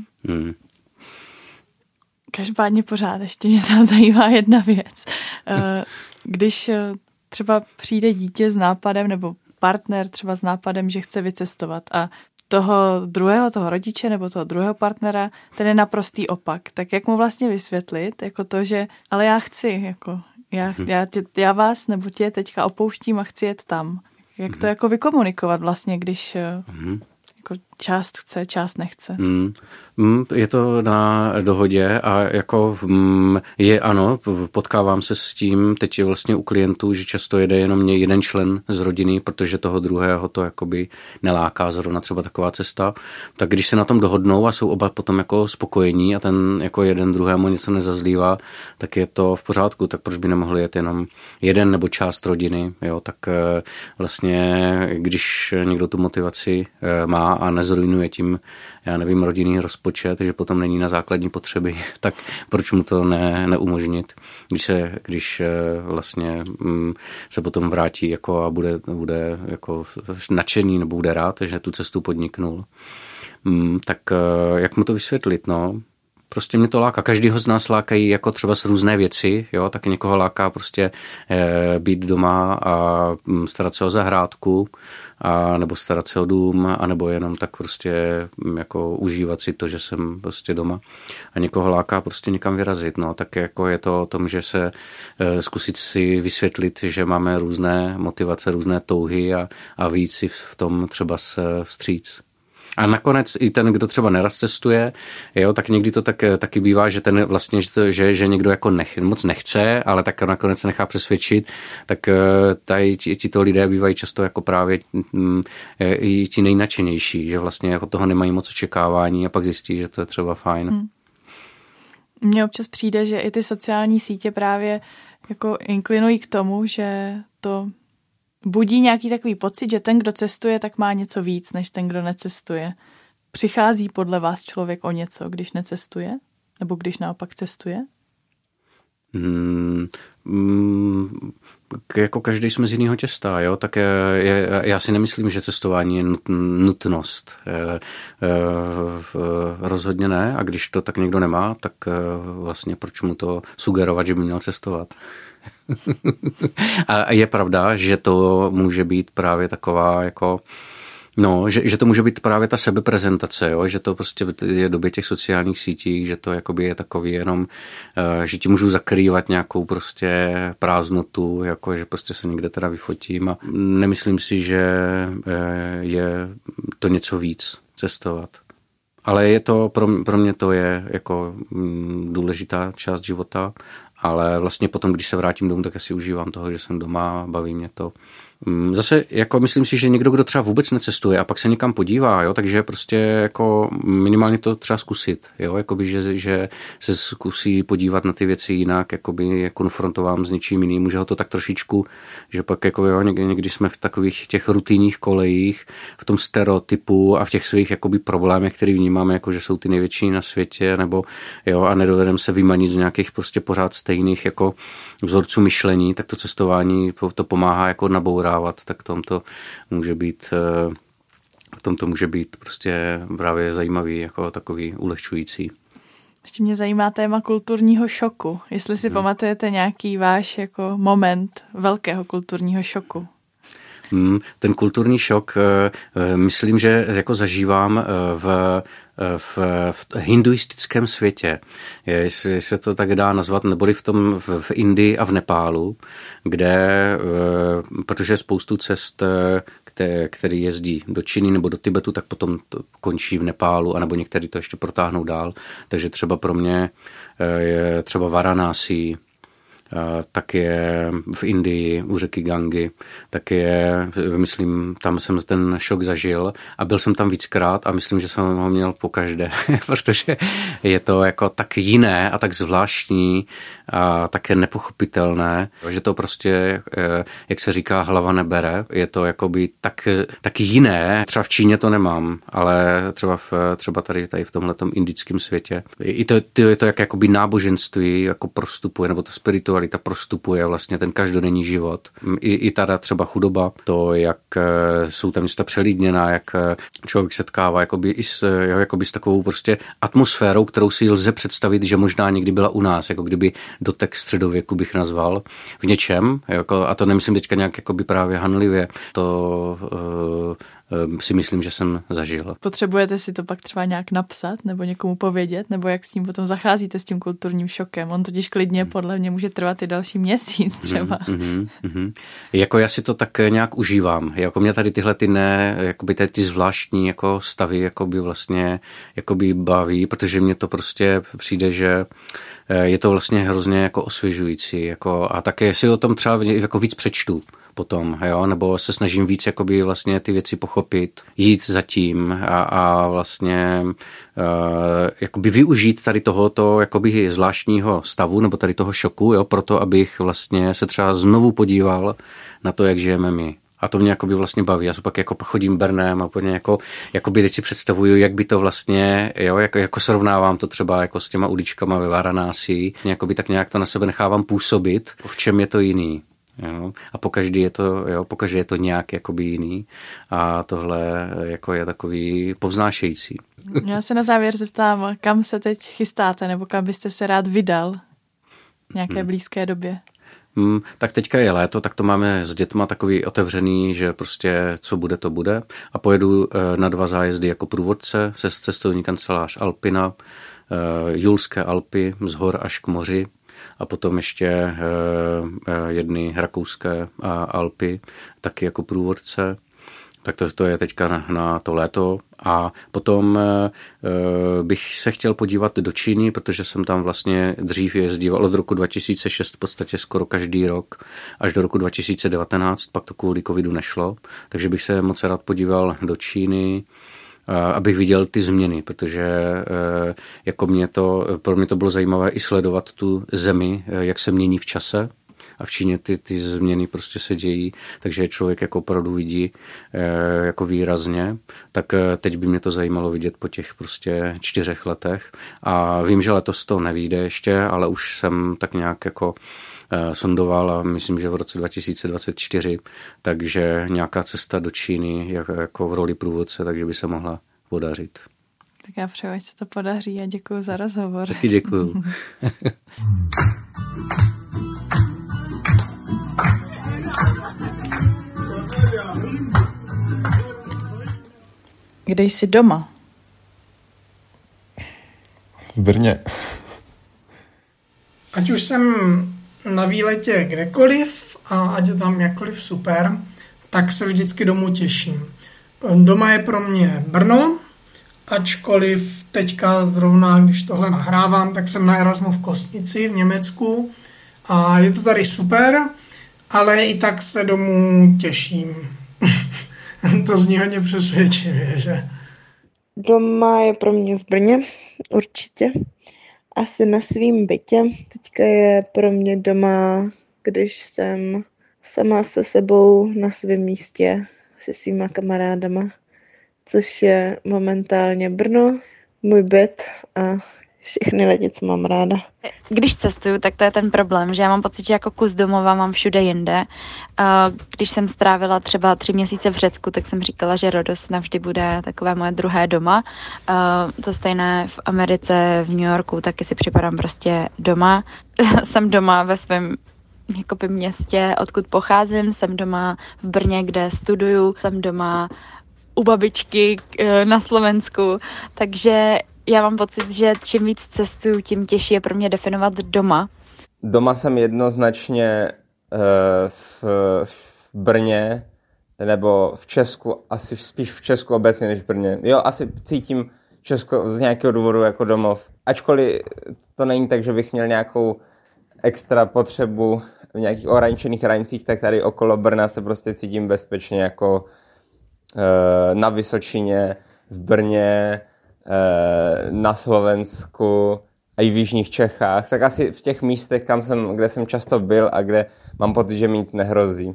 [SPEAKER 2] Každopádně pořád ještě mě tam zajímá jedna věc. Když třeba přijde dítě s nápadem nebo partner třeba s nápadem, že chce vycestovat a toho rodiče nebo toho druhého partnera, ten je naprostý opak. Tak jak mu vlastně vysvětlit, jako to, že ale já chci, jako já vás nebo tě teďka opouštím a chci jet tam. Jak to jako vykomunikovat vlastně, když jako část chce, část nechce.
[SPEAKER 9] Je to na dohodě a jako potkávám se s tím teď je vlastně u klientů, že často jede jenom jeden člen z rodiny, protože toho druhého to jakoby neláká zrovna třeba taková cesta. Tak když se na tom dohodnou a jsou oba potom jako spokojení a ten jako jeden druhému něco nezazlívá, tak je to v pořádku, tak proč by nemohli jet jenom jeden nebo část rodiny, jo, tak vlastně když někdo tu motivaci má a nezrujnuje tím, já nevím, rodinný rozpočet, že potom není na základní potřeby, tak proč mu to neumožnit, když vlastně se potom vrátí jako a bude jako nadšený nebo bude rád, že tu cestu podniknul. Tak jak mu to vysvětlit, no? Prostě mě to láká. Každýho z nás lákají jako třeba z různé věci, jo, tak někoho láká prostě být doma a starat se o zahrádku, a nebo starat se o dům, anebo jenom tak prostě jako užívat si to, že jsem prostě doma. A někoho láká prostě někam vyrazit, no, tak jako je to o tom, že se zkusit si vysvětlit, že máme různé motivace, různé touhy a víc si v tom třeba vstříc. A nakonec i ten, kdo třeba neraz cestuje, jo, tak někdy to taky bývá, že ten vlastně, že někdo jako moc nechce, ale tak nakonec se nechá přesvědčit, tak tady tito lidé bývají často jako právě i ti nejnačenější, že vlastně jako toho nemají moc očekávání a pak zjistí, že to je třeba fajn.
[SPEAKER 2] Mně občas přijde, že i ty sociální sítě právě jako inklinují k tomu, že to budí nějaký takový pocit, že ten, kdo cestuje, tak má něco víc, než ten, kdo necestuje. Přichází podle vás člověk o něco, když necestuje? Nebo když naopak cestuje?
[SPEAKER 9] Jako každý jsme z jiného těsta, jo? Tak já si nemyslím, že cestování je nutnost. Rozhodně ne. A když to tak někdo nemá, tak vlastně proč mu to sugerovat, že by měl cestovat? A je pravda, že to může být právě taková jako že to může být právě ta sebeprezentace, jo? Že to prostě je v době těch sociálních sítí, že to jakoby je takový jenom, že ti můžu zakrývat nějakou prostě prázdnotu, jako že prostě se někde teda vyfotím a nemyslím si, že je to něco víc cestovat. Ale je to, pro mě to je jako důležitá část života, ale vlastně potom, když se vrátím domů, tak asi užívám toho, že jsem doma, baví mě to. Zase jako myslím si, že někdo, kdo třeba vůbec necestuje a pak se někam podívá, jo, takže prostě jako minimálně to třeba zkusit, jo, jakoby, že se zkusí podívat na ty věci jinak, jakoby je konfrontován s něčím jiným, může ho to tak trošičku, že pak jako jo, někdy jsme v takových těch rutinních kolejích, v tom stereotypu a v těch svých jakoby problémech, který vnímáme, jako že jsou ty největší na světě, nebo jo, a nedovedeme se vymanit z nějakých prostě pořád stejných jako vzorců myšlení, tak to cestování to pomáhá jako nabourávat, tak tomto může být prostě právě zajímavý, jako takový ulehčující.
[SPEAKER 2] Ještě mě zajímá téma kulturního šoku. Jestli si pamatujete nějaký váš jako moment velkého kulturního šoku?
[SPEAKER 9] Ten kulturní šok, myslím, že jako zažívám v hinduistickém světě, jestli se to tak dá nazvat, neboli v Indii a v Nepálu, kde, protože je spoustu cest, který jezdí do Číny nebo do Tibetu, tak potom to končí v Nepálu, anebo některý to ještě protáhnou dál. Takže třeba pro mě je třeba Varanasi, tak je v Indii u řeky Gangy, tak je, myslím, tam jsem ten šok zažil a byl jsem tam víckrát a myslím, že jsem ho měl pokaždé, protože je to jako tak jiné a tak zvláštní a také nepochopitelné, že to prostě, jak se říká, hlava nebere, je to jakoby tak jiné, třeba v Číně to nemám, ale třeba tady v tomhletom indickém světě. Je to jakoby náboženství jako prostupuje, nebo ta spiritualita prostupuje vlastně ten každodenní život. I tady třeba chudoba, to, jak jsou tam města přelidněná, jak člověk setkává jakoby s takovou prostě atmosférou, kterou si lze představit, že možná někdy byla u nás, jako kdyby dotek středověku bych nazval v něčem, jako, a to nemyslím teďka nějak jakoby právě hanlivě, to si myslím, že jsem zažil.
[SPEAKER 2] Potřebujete si to pak třeba nějak napsat nebo někomu povědět, nebo jak s tím potom zacházíte s tím kulturním šokem? On totiž klidně podle mě může trvat i další měsíc třeba.
[SPEAKER 9] Jako já si to tak nějak užívám. Jako mě tady tyhle jakoby ty zvláštní jako stavy jakoby vlastně jakoby baví, protože mě to prostě přijde, že je to vlastně hrozně jako osvěžující. Jako, a také si o tom třeba jako víc přečtu potom, jo? Nebo se snažím víc jakoby vlastně ty věci pochopit, jít za tím a vlastně jakoby využít tady tohoto jakoby zvláštního stavu nebo tady toho šoku, jo? Proto abych vlastně se třeba znovu podíval na to, jak žijeme my. A to mě jakoby vlastně baví. Já se pak jako chodím Brnem a úplně jakoby teď si představuju, jak by to vlastně, jo, jako srovnávám to třeba jako s těma uličkama ve Varanasi. Jakoby tak nějak to na sebe nechávám působit, v čem je to jiný. Jo? A pokaždé je to nějak jakoby jiný. A tohle jako je takový povznášející.
[SPEAKER 2] Já se na závěr zeptám, kam se teď chystáte, nebo kam byste se rád vydal v nějaké blízké době?
[SPEAKER 9] Tak teďka je léto, tak to máme s dětma takový otevřený, že prostě co bude, to bude. A pojedu na 2 zájezdy jako průvodce se cestovní kancelář Alpina, Julské Alpy z hor až k moři a potom ještě jedny rakouské Alpy taky jako průvodce. Tak to je teďka na to léto. A potom bych se chtěl podívat do Číny, protože jsem tam vlastně dřív jezdíval od roku 2006 v podstatě skoro každý rok až do roku 2019, pak to kvůli covidu nešlo, takže bych se moc rád podíval do Číny, abych viděl ty změny, protože jako pro mě to bylo zajímavé i sledovat tu zemi, jak se mění v čase. A v Číně ty změny prostě se dějí, takže člověk jako opravdu vidí jako výrazně. Tak teď by mě to zajímalo vidět po těch prostě 4 letech. A vím, že letos to nevyjde ještě, ale už jsem tak nějak jako sondoval a myslím, že v roce 2024, takže nějaká cesta do Číny jako v roli průvodce, takže by se mohla podařit.
[SPEAKER 2] Tak já přeju, ať se to podaří a děkuji za rozhovor.
[SPEAKER 9] Taky děkuju.
[SPEAKER 2] Kde jsi doma?
[SPEAKER 3] V Brně.
[SPEAKER 4] Ať už jsem na výletě kdekoliv a ať je tam jakkoliv super, tak se vždycky domů těším. Doma je pro mě Brno, ačkoliv teďka zrovna, když tohle nahrávám, tak jsem na Erasmu v Kostnici v Německu a je to tady super, ale i tak se domů těším. To zní hodně přesvědčivě, že?
[SPEAKER 7] Doma je pro mě v Brně, určitě. Asi na svým bytě. Teďka je pro mě doma, když jsem sama se sebou na svém místě se svýma kamarádama, což je momentálně Brno, můj byt a všechny lidi, co mám ráda.
[SPEAKER 8] Když cestuju, tak to je ten problém, že já mám pocit, že jako kus domova mám všude jinde. Když jsem strávila třeba 3 měsíce v Řecku, tak jsem říkala, že Rhodos navždy bude takové moje druhé doma. To stejné v Americe, v New Yorku, taky si připadám prostě doma. Jsem doma ve svém jakoby městě, odkud pocházím, jsem doma v Brně, kde studuju, jsem doma u babičky na Slovensku, takže já mám pocit, že čím víc cestuju, tím těžší je pro mě definovat doma.
[SPEAKER 6] Doma jsem jednoznačně v Brně, nebo v Česku, asi spíš v Česku obecně než v Brně. Jo, asi cítím Česko z nějakého důvodu jako domov. Ačkoliv to není tak, že bych měl nějakou extra potřebu v nějakých ohraničených hranicích, tak tady okolo Brna se prostě cítím bezpečně jako na Vysočině, v Brně, na Slovensku a i v jižních Čechách, tak asi v těch místech, kde jsem často byl a kde mám pocit, že mi nic nehrozí.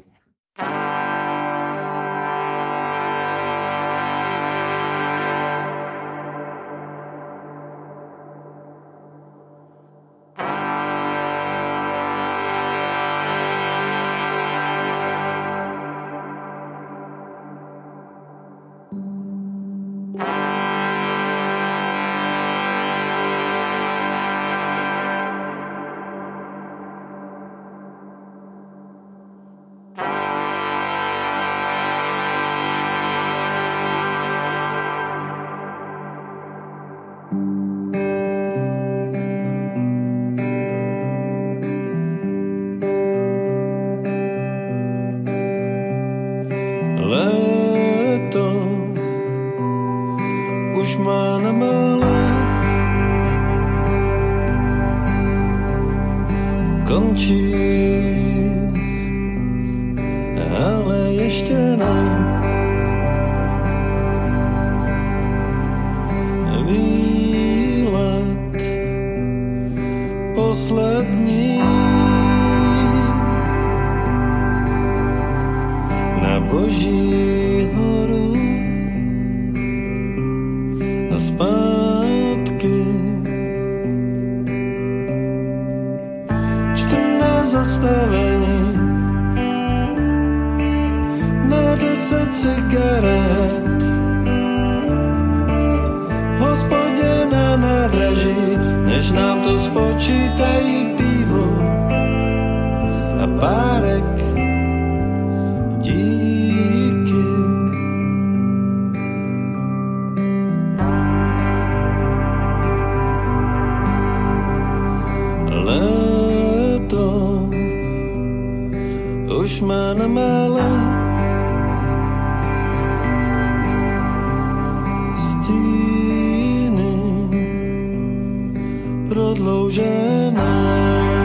[SPEAKER 12] prodloužené.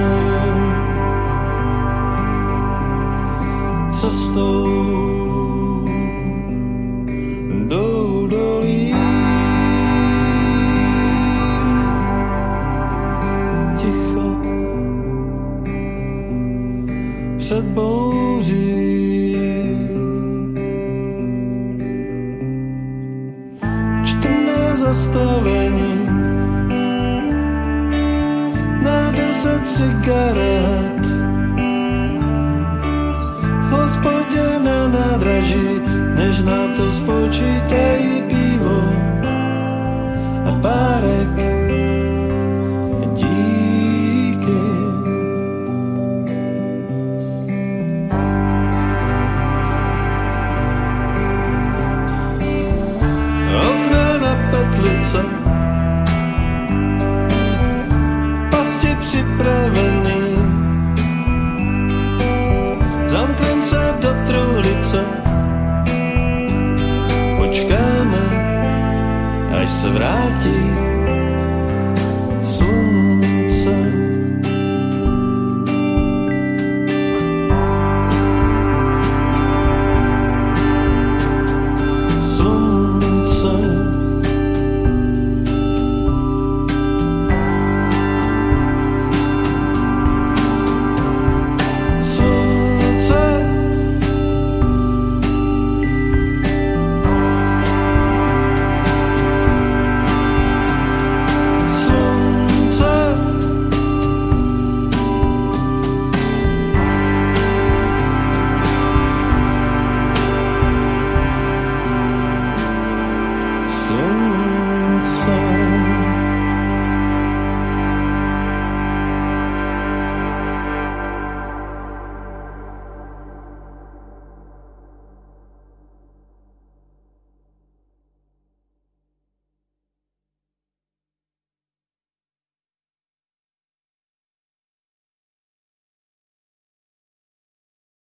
[SPEAKER 12] Cestou do údolí ticho před bouří. 14 zastavení na 10 cigaret. Hospodě na nádraží, než na to spočítají pivo a párek. Díky. Okna na petlice, pasti připravený. Zamknem se do truhlice, počkáme, až se vrátí.